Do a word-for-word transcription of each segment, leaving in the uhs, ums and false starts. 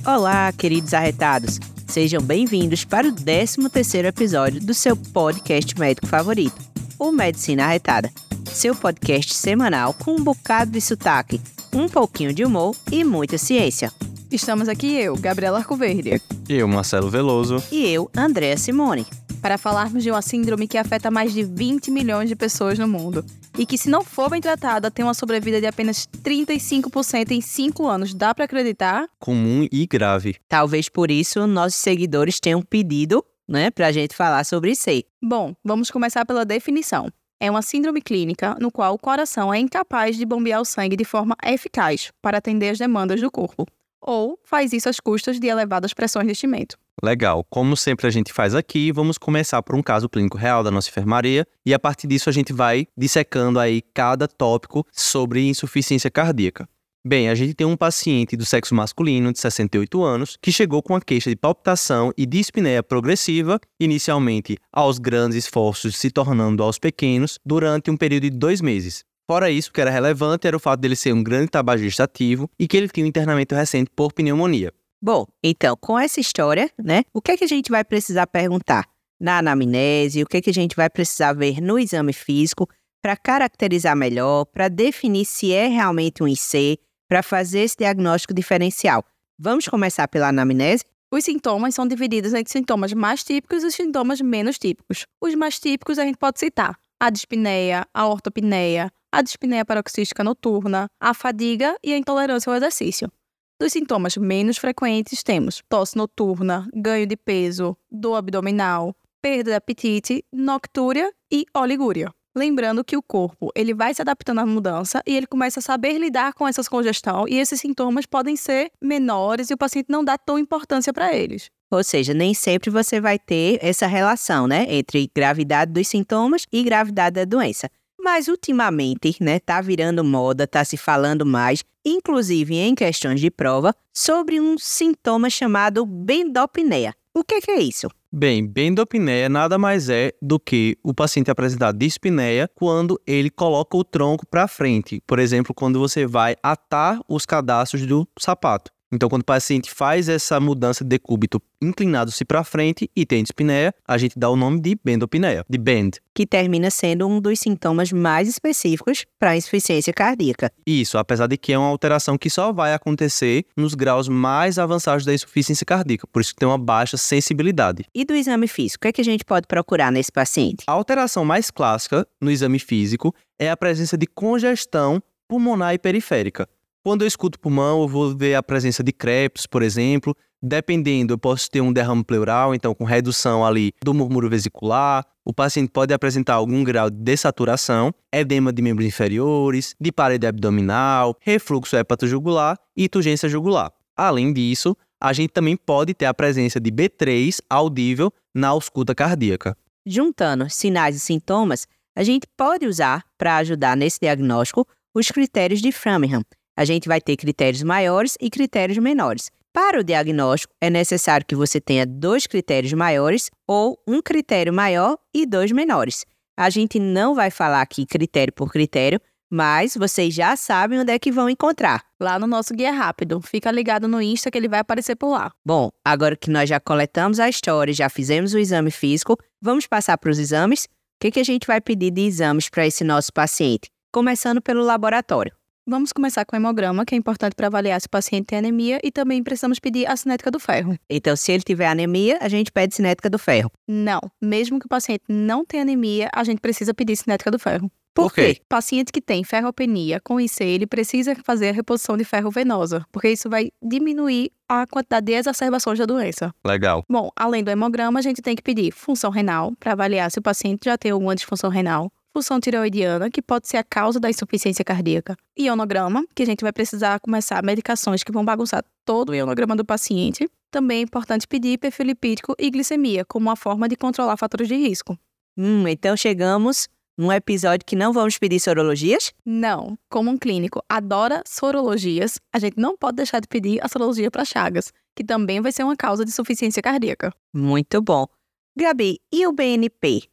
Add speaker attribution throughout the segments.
Speaker 1: Olá, queridos arretados! Sejam bem-vindos para o décimo terceiro episódio do seu podcast médico favorito, o Medicina Arretada, seu podcast semanal com um bocado de sotaque, um pouquinho de humor e muita ciência.
Speaker 2: Estamos aqui eu, Gabriela Arcoverde.
Speaker 3: E eu, Marcelo Veloso.
Speaker 1: E eu, Andréa Simone.
Speaker 2: Para falarmos de uma síndrome que afeta mais de vinte milhões de pessoas no mundo e que, se não for bem tratada, tem uma sobrevida de apenas trinta e cinco por cento em cinco anos. Dá para acreditar?
Speaker 3: Comum e grave.
Speaker 1: Talvez por isso nossos seguidores tenham pedido, né, para a gente falar sobre isso aí.
Speaker 2: Bom, vamos começar pela definição. É uma síndrome clínica no qual o coração é incapaz de bombear o sangue de forma eficaz para atender as demandas do corpo, ou faz isso às custas de elevadas pressões de enchimento.
Speaker 3: Legal. Como sempre a gente faz aqui, vamos começar por um caso clínico real da nossa enfermaria e a partir disso a gente vai dissecando aí cada tópico sobre insuficiência cardíaca. Bem, a gente tem um paciente do sexo masculino de sessenta e oito anos que chegou com a queixa de palpitação e dispneia progressiva, inicialmente aos grandes esforços se tornando aos pequenos, durante um período de dois meses. Fora isso, o que era relevante era o fato dele ser um grande tabagista ativo e que ele tinha um internamento recente por pneumonia.
Speaker 1: Bom, então, com essa história, né, o que é que a gente vai precisar perguntar na anamnese, o que é que a gente vai precisar ver no exame físico para caracterizar melhor, para definir se é realmente um I C, para fazer esse diagnóstico diferencial. Vamos começar pela anamnese?
Speaker 2: Os sintomas são divididos entre sintomas mais típicos e sintomas menos típicos. Os mais típicos a gente pode citar a dispneia, a ortopneia, a dispneia paroxística noturna, a fadiga e a intolerância ao exercício. Dos sintomas menos frequentes temos tosse noturna, ganho de peso, dor abdominal, perda de apetite, noctúria e oligúria. Lembrando que o corpo ele vai se adaptando à mudança e ele começa a saber lidar com essas congestão e esses sintomas podem ser menores e o paciente não dá tão importância para eles.
Speaker 1: Ou seja, nem sempre você vai ter essa relação, né, entre gravidade dos sintomas e gravidade da doença. Mas, ultimamente, né, tá virando moda, tá se falando mais, inclusive em questões de prova, sobre um sintoma chamado bendopneia. O que, que é isso?
Speaker 3: Bem, bendopneia nada mais é do que o paciente apresentar dispneia quando ele coloca o tronco para frente. Por exemplo, quando você vai atar os cadastros do sapato. Então, quando o paciente faz essa mudança de decúbito inclinado-se para frente e tem dispneia, a gente dá o nome de bendopneia, de bend.
Speaker 1: Que termina sendo um dos sintomas mais específicos para a insuficiência cardíaca.
Speaker 3: Isso, apesar de que é uma alteração que só vai acontecer nos graus mais avançados da insuficiência cardíaca, por isso que tem uma baixa sensibilidade.
Speaker 1: E do exame físico, o que é que a gente pode procurar nesse paciente?
Speaker 3: A alteração mais clássica no exame físico é a presença de congestão pulmonar e periférica. Quando eu escuto pulmão, eu vou ver a presença de crepitus, por exemplo. Dependendo, eu posso ter um derrame pleural, então com redução ali do murmúrio vesicular. O paciente pode apresentar algum grau de dessaturação, edema de membros inferiores, de parede abdominal, refluxo hepatojugular e turgência jugular. Além disso, a gente também pode ter a presença de B três audível na ausculta cardíaca.
Speaker 1: Juntando sinais e sintomas, a gente pode usar, para ajudar nesse diagnóstico, os critérios de Framingham. A gente vai ter critérios maiores e critérios menores. Para o diagnóstico, é necessário que você tenha dois critérios maiores ou um critério maior e dois menores. A gente não vai falar aqui critério por critério, mas vocês já sabem onde é que vão encontrar.
Speaker 2: Lá no nosso Guia Rápido. Fica ligado no Insta que ele vai aparecer por lá.
Speaker 1: Bom, agora que nós já coletamos a história, já fizemos o exame físico, vamos passar para os exames? O que, que a gente vai pedir de exames para esse nosso paciente? Começando pelo laboratório.
Speaker 2: Vamos começar com o hemograma, que é importante para avaliar se o paciente tem anemia, e também precisamos pedir a cinética do ferro.
Speaker 1: Então, se ele tiver anemia, a gente pede cinética do ferro.
Speaker 2: Não, mesmo que o paciente não tenha anemia, a gente precisa pedir cinética do ferro.
Speaker 1: Por,
Speaker 3: Por quê?
Speaker 1: quê?
Speaker 2: Paciente que tem ferropenia com I C, ele precisa fazer a reposição de ferro venosa, porque isso vai diminuir a quantidade de exacerbações da doença.
Speaker 3: Legal.
Speaker 2: Bom, além do hemograma, a gente tem que pedir função renal, para avaliar se o paciente já tem alguma disfunção renal. Função tireoidiana, que pode ser a causa da insuficiência cardíaca. Ionograma, que a gente vai precisar começar medicações que vão bagunçar todo o ionograma do paciente. Também é importante pedir perfil lipídico e glicemia, como uma forma de controlar fatores de risco.
Speaker 1: Hum, então chegamos num episódio que não vamos pedir sorologias?
Speaker 2: Não. Como um clínico adora sorologias, a gente não pode deixar de pedir a sorologia para Chagas, que também vai ser uma causa de insuficiência cardíaca.
Speaker 1: Muito bom. Gabi, e o B N P?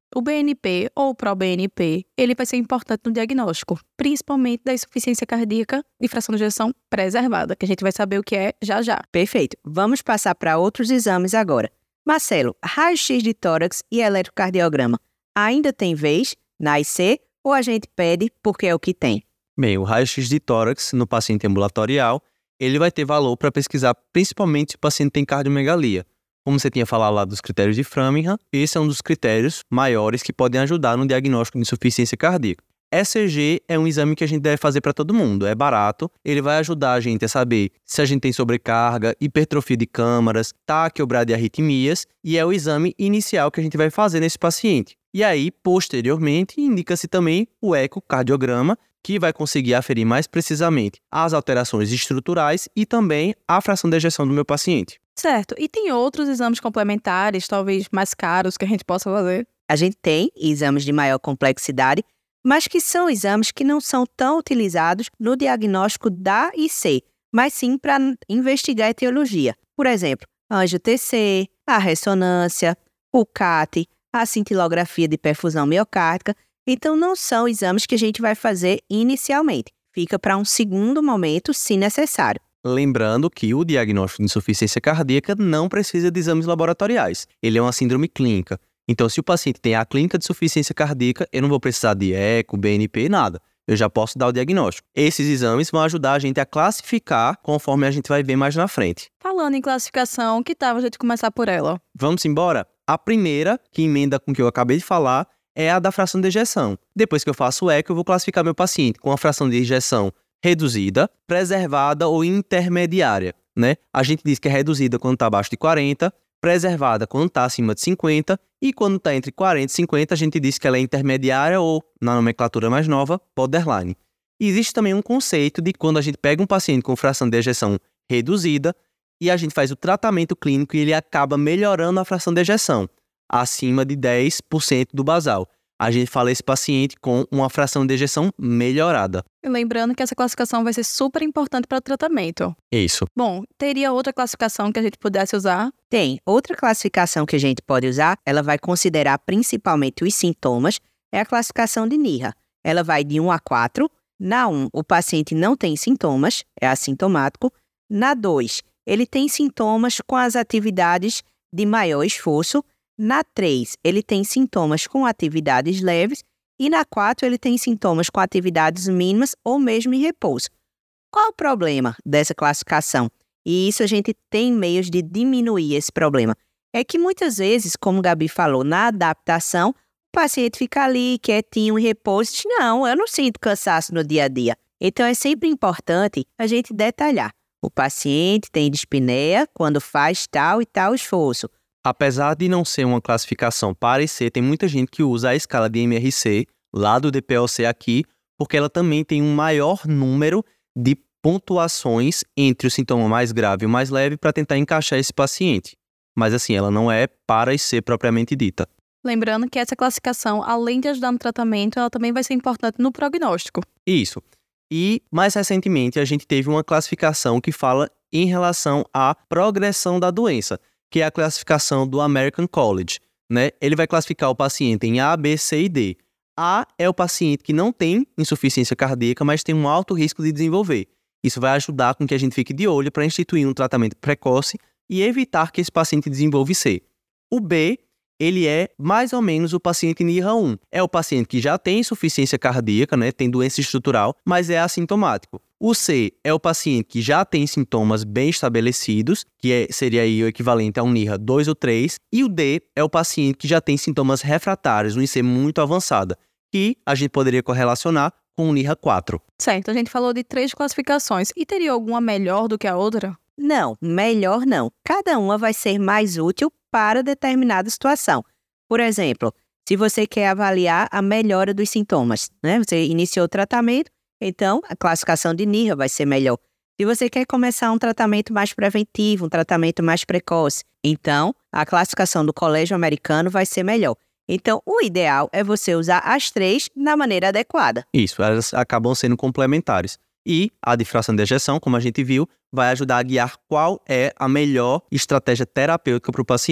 Speaker 2: O B N P ou o pró-B N P, ele vai ser importante no diagnóstico, principalmente da insuficiência cardíaca e fração de ejeção preservada, que a gente vai saber o que é já já.
Speaker 1: Perfeito. Vamos passar para outros exames agora. Marcelo, raio-x de tórax e eletrocardiograma ainda tem vez na I C ou a gente pede porque é o que tem?
Speaker 3: Bem, o raio-x de tórax no paciente ambulatorial, ele vai ter valor para pesquisar principalmente se o paciente tem cardiomegalia. Como você tinha falado lá dos critérios de Framingham, esse é um dos critérios maiores que podem ajudar no diagnóstico de insuficiência cardíaca. E C G é um exame que a gente deve fazer para todo mundo, é barato, ele vai ajudar a gente a saber se a gente tem sobrecarga, hipertrofia de câmaras, taquiobradiarritmias, e é o exame inicial que a gente vai fazer nesse paciente. E aí, posteriormente, indica-se também o ecocardiograma, que vai conseguir aferir mais precisamente as alterações estruturais e também a fração de ejeção do meu paciente.
Speaker 2: Certo. E tem outros exames complementares, talvez mais caros, que a gente possa fazer?
Speaker 1: A gente tem exames de maior complexidade, mas que são exames que não são tão utilizados no diagnóstico da I C, mas sim para investigar a etiologia. Por exemplo, angio-T C, a ressonância, o C A T, a cintilografia de perfusão miocárdica. Então, não são exames que a gente vai fazer inicialmente. Fica para um segundo momento, se necessário.
Speaker 3: Lembrando que o diagnóstico de insuficiência cardíaca não precisa de exames laboratoriais. Ele é uma síndrome clínica. Então, se o paciente tem a clínica de insuficiência cardíaca, eu não vou precisar de eco, B N P, nada. Eu já posso dar o diagnóstico. Esses exames vão ajudar a gente a classificar conforme a gente vai ver mais na frente.
Speaker 2: Falando em classificação, que tal a gente começar por ela?
Speaker 3: Vamos embora? A primeira, que emenda com o que eu acabei de falar, é a da fração de ejeção. Depois que eu faço o eco, eu vou classificar meu paciente com a fração de ejeção reduzida, preservada ou intermediária, né? A gente diz que é reduzida quando está abaixo de quarenta, preservada quando está acima de cinquenta e quando está entre quarenta e cinquenta a gente diz que ela é intermediária ou, na nomenclatura mais nova, borderline. E existe também um conceito de quando a gente pega um paciente com fração de ejeção reduzida e a gente faz o tratamento clínico e ele acaba melhorando a fração de ejeção, acima de dez por cento do basal. A gente fala esse paciente com uma fração de ejeção melhorada.
Speaker 2: E lembrando que essa classificação vai ser super importante para o tratamento.
Speaker 3: Isso.
Speaker 2: Bom, teria outra classificação que a gente pudesse usar?
Speaker 1: Tem. Outra classificação que a gente pode usar, ela vai considerar principalmente os sintomas, é a classificação de N I R A. Ela vai de um a quatro. Na um, o paciente não tem sintomas, é assintomático. Na dois, ele tem sintomas com as atividades de maior esforço. Na três, ele tem sintomas com atividades leves e na quatro, ele tem sintomas com atividades mínimas ou mesmo em repouso. Qual o problema dessa classificação? E isso a gente tem meios de diminuir esse problema. É que muitas vezes, como o Gabi falou, na adaptação, o paciente fica ali quietinho em repouso e diz, não, eu não sinto cansaço no dia a dia. Então é sempre importante a gente detalhar. O paciente tem dispneia quando faz tal e tal esforço.
Speaker 3: Apesar de não ser uma classificação para I C, tem muita gente que usa a escala de M R C, lá do D P O C aqui, porque ela também tem um maior número de pontuações entre o sintoma mais grave e o mais leve para tentar encaixar esse paciente. Mas assim, ela não é para I C propriamente dita.
Speaker 2: Lembrando que essa classificação, além de ajudar no tratamento, ela também vai ser importante no prognóstico.
Speaker 3: Isso. E, mais recentemente, a gente teve uma classificação que fala em relação à progressão da doença, que é a classificação do American College, né? Ele vai classificar o paciente em A, B, C e D. A é o paciente que não tem insuficiência cardíaca, mas tem um alto risco de desenvolver. Isso vai ajudar com que a gente fique de olho para instituir um tratamento precoce e evitar que esse paciente desenvolva C. O B, ele é mais ou menos o paciente N I R A um. É o paciente que já tem insuficiência cardíaca, né? Tem doença estrutural, mas é assintomático. O C é o paciente que já tem sintomas bem estabelecidos, que é, seria aí o equivalente a um N I R A dois ou três. E o D é o paciente que já tem sintomas refratários, um I C muito avançada, que a gente poderia correlacionar com o N I R A quatro.
Speaker 2: Certo, a gente falou de três classificações. E teria alguma melhor do que a outra?
Speaker 1: Não, melhor não. Cada uma vai ser mais útil para determinada situação. Por exemplo, se você quer avaliar a melhora dos sintomas, né? Você iniciou o tratamento, então a classificação de N I R A vai ser melhor. Se você quer começar um tratamento mais preventivo, um tratamento mais precoce, então a classificação do Colégio Americano vai ser melhor. Então, o ideal é você usar as três na maneira adequada.
Speaker 3: Isso, elas acabam sendo complementares. E a de fração de ejeção, como a gente viu, vai ajudar a guiar qual é a melhor estratégia terapêutica para o paciente.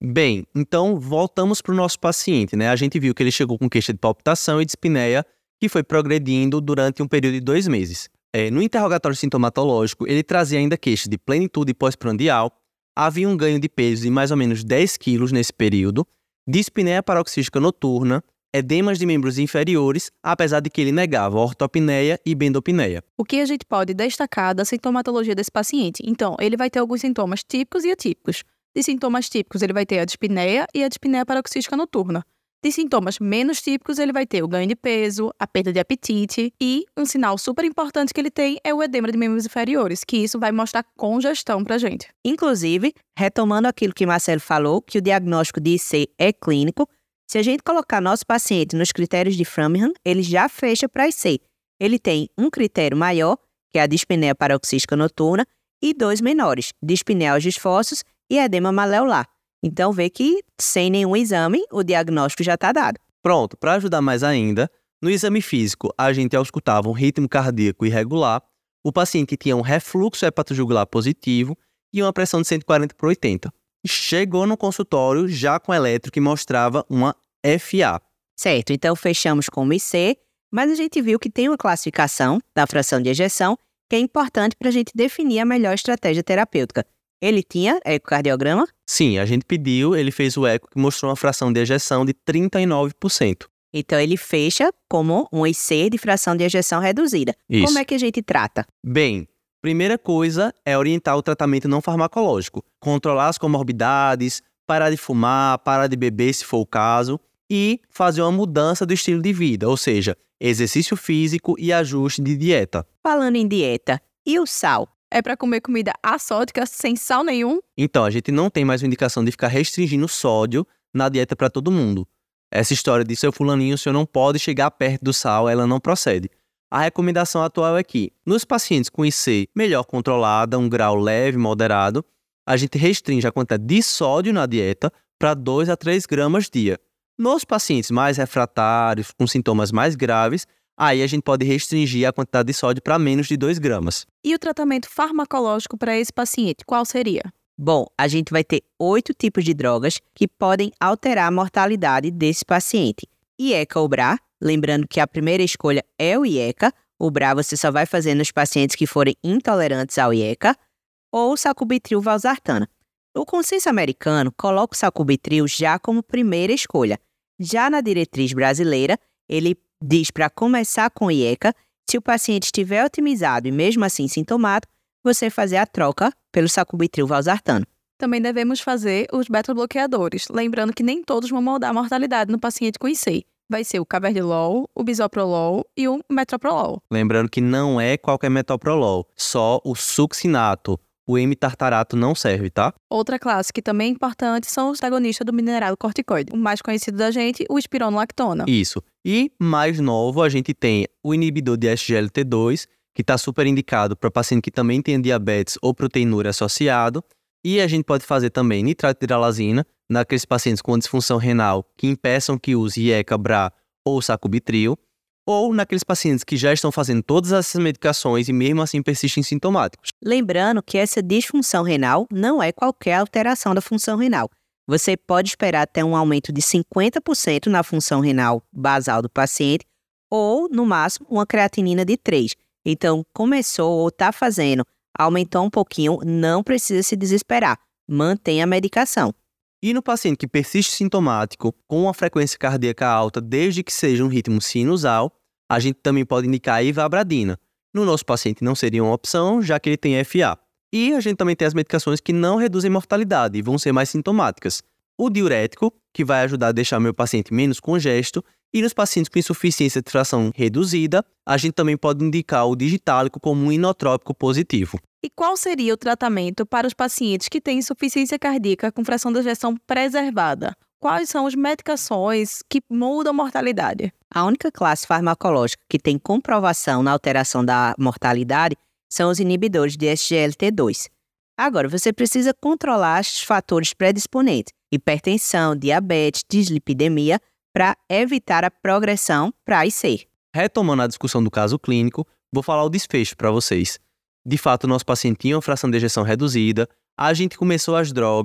Speaker 3: Bem, então voltamos para o nosso paciente, né? A gente viu que ele chegou com queixa de palpitação e dispneia que foi progredindo durante um período de dois meses. É, no interrogatório sintomatológico, ele trazia ainda queixa de plenitude pós-prandial, havia um ganho de peso de mais ou menos dez quilos nesse período, dispneia paroxística noturna, edemas de membros inferiores, apesar de que ele negava ortopneia e bendopneia.
Speaker 2: O que a gente pode destacar da sintomatologia desse paciente? Então, ele vai ter alguns sintomas típicos e atípicos. De sintomas típicos, ele vai ter a dispneia e a dispneia paroxística noturna. De sintomas menos típicos, ele vai ter o ganho de peso, a perda de apetite e um sinal super importante que ele tem é o edema de membros inferiores, que isso vai mostrar congestão pra gente.
Speaker 1: Inclusive, retomando aquilo que Marcelo falou, que o diagnóstico de I C é clínico, se a gente colocar nosso paciente nos critérios de Framingham, ele já fecha para I C. Ele tem um critério maior, que é a dispneia paroxística noturna, e dois menores, dispneia aos esforços e edema maleolar. Então, vê que, sem nenhum exame, o diagnóstico já está dado.
Speaker 3: Pronto, para ajudar mais ainda, no exame físico, a gente auscultava um ritmo cardíaco irregular, o paciente tinha um refluxo hepatojugular positivo e uma pressão de cento e quarenta por oitenta. Chegou no consultório já com eletro que mostrava uma F A.
Speaker 1: Certo, então fechamos com o I C, mas a gente viu que tem uma classificação da fração de ejeção que é importante para a gente definir a melhor estratégia terapêutica. Ele tinha ecocardiograma?
Speaker 3: Sim, a gente pediu, ele fez o eco que mostrou uma fração de ejeção de trinta e nove por cento.
Speaker 1: Então ele fecha como um I C de fração de ejeção reduzida.
Speaker 3: Isso.
Speaker 1: Como é que a gente trata?
Speaker 3: Bem, primeira coisa é orientar o tratamento não farmacológico, controlar as comorbidades, parar de fumar, parar de beber se for o caso e fazer uma mudança do estilo de vida, ou seja, exercício físico e ajuste de dieta.
Speaker 1: Falando em dieta, e o sal?
Speaker 2: É para comer comida assódica sem sal nenhum?
Speaker 3: Então, a gente não tem mais uma indicação de ficar restringindo sódio na dieta para todo mundo. Essa história de seu fulaninho, o senhor não pode chegar perto do sal, ela não procede. A recomendação atual é que, nos pacientes com I C melhor controlada, um grau leve, moderado, a gente restringe a quantidade de sódio na dieta para dois a três gramas dia. Nos pacientes mais refratários, com sintomas mais graves, aí a gente pode restringir a quantidade de sódio para menos de dois gramas.
Speaker 2: E o tratamento farmacológico para esse paciente, qual seria?
Speaker 1: Bom, a gente vai ter oito tipos de drogas que podem alterar a mortalidade desse paciente. IECA ou B R A, lembrando que a primeira escolha é o IECA, o B R A você só vai fazer nos pacientes que forem intolerantes ao IECA, ou sacubitril valsartana. O consenso americano coloca o sacubitril já como primeira escolha. Já na diretriz brasileira, ele diz para começar com IECA, se o paciente estiver otimizado e mesmo assim sintomático, você fazer a troca pelo sacubitril valsartano.
Speaker 2: Também devemos fazer os beta-bloqueadores, lembrando que nem todos vão mudar a mortalidade no paciente com I C. Vai ser o carvedilol, o bisoprolol e o metoprolol.
Speaker 3: Lembrando que não é qualquer metoprolol, só o succinato. O M-tartarato não serve, tá?
Speaker 2: Outra classe que também é importante são os agonistas do mineral corticoide. O mais conhecido da gente, o espironolactona.
Speaker 3: Isso. E mais novo, a gente tem o inibidor de S G L T dois, que está super indicado para paciente que também tem diabetes ou proteinúria associado. E a gente pode fazer também nitrato de hidralazina naqueles pacientes com disfunção renal que impeçam que use IECA, B R A ou sacubitril. Ou naqueles pacientes que já estão fazendo todas essas medicações e mesmo assim persistem sintomáticos.
Speaker 1: Lembrando que essa disfunção renal não é qualquer alteração da função renal. Você pode esperar até um aumento de cinquenta por cento na função renal basal do paciente ou, no máximo, uma creatinina de três. Então, começou ou está fazendo, aumentou um pouquinho, não precisa se desesperar. Mantenha a medicação.
Speaker 3: E no paciente que persiste sintomático, com uma frequência cardíaca alta, desde que seja um ritmo sinusal, a gente também pode indicar a ivabradina. No nosso paciente não seria uma opção, já que ele tem F A. E a gente também tem as medicações que não reduzem mortalidade e vão ser mais sintomáticas. O diurético, que vai ajudar a deixar meu paciente menos congesto, e nos pacientes com insuficiência de fração reduzida, a gente também pode indicar o digitálico como um inotrópico positivo.
Speaker 2: E qual seria o tratamento para os pacientes que têm insuficiência cardíaca com fração de ejeção preservada? Quais são as medicações que mudam a mortalidade?
Speaker 1: A única classe farmacológica que tem comprovação na alteração da mortalidade são os inibidores de S G L T dois. Agora, você precisa controlar os fatores predisponentes, hipertensão, diabetes, dislipidemia, para evitar a progressão para I C.
Speaker 3: Retomando a discussão do caso clínico, vou falar o desfecho para vocês. De fato, o nosso paciente tinha uma fração de ejeção reduzida, a gente começou as drogas,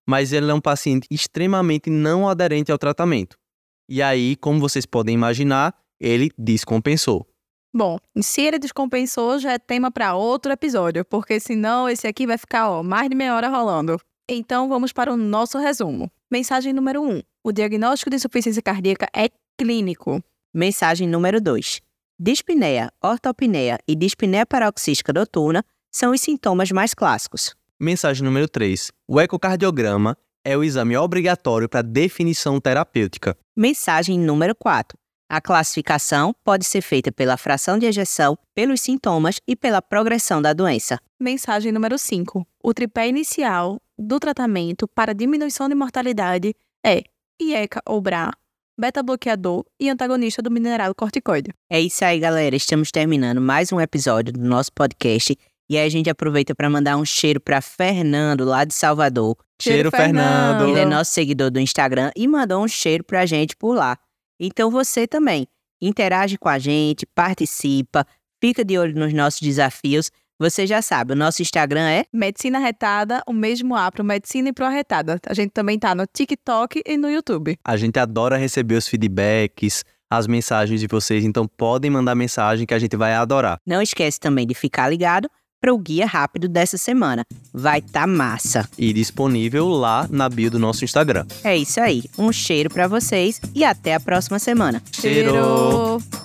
Speaker 3: mas ele é um paciente extremamente não aderente ao tratamento. E aí, como vocês podem imaginar, ele descompensou.
Speaker 2: Bom, se ele descompensou, já é tema para outro episódio, porque senão esse aqui vai ficar, ó, mais de meia hora rolando. Então, vamos para o nosso resumo. Mensagem número um. O diagnóstico de insuficiência cardíaca é clínico.
Speaker 1: Mensagem número dois. Dispneia, ortopneia e dispneia paroxística noturna são os sintomas mais clássicos.
Speaker 3: Mensagem número três. O ecocardiograma é o exame obrigatório para definição terapêutica.
Speaker 1: Mensagem número quatro. A classificação pode ser feita pela fração de ejeção, pelos sintomas e pela progressão da doença.
Speaker 2: Mensagem número cinco. O tripé inicial do tratamento para diminuição de mortalidade é I E C A ou B R A, beta-bloqueador e antagonista do mineralocorticoide.
Speaker 1: É isso aí, galera. Estamos terminando mais um episódio do nosso podcast. E aí a gente aproveita para mandar um cheiro para Fernando, lá de Salvador.
Speaker 3: Cheiro, Fernando!
Speaker 1: Ele é nosso seguidor do Instagram e mandou um cheiro pra gente por lá. Então você também interage com a gente, participa, fica de olho nos nossos desafios. Você já sabe, o nosso Instagram é
Speaker 2: Medicina Arretada, o mesmo A pro Medicina e pro Arretada. A gente também tá no TikTok e no YouTube.
Speaker 3: A gente adora receber os feedbacks, as mensagens de vocês, então podem mandar mensagem que a gente vai adorar.
Speaker 1: Não esquece também de ficar ligado para o guia rápido dessa semana. Vai tá massa.
Speaker 3: E disponível lá na bio do nosso Instagram.
Speaker 1: É isso aí. Um cheiro para vocês e até a próxima semana.
Speaker 3: Cheiro!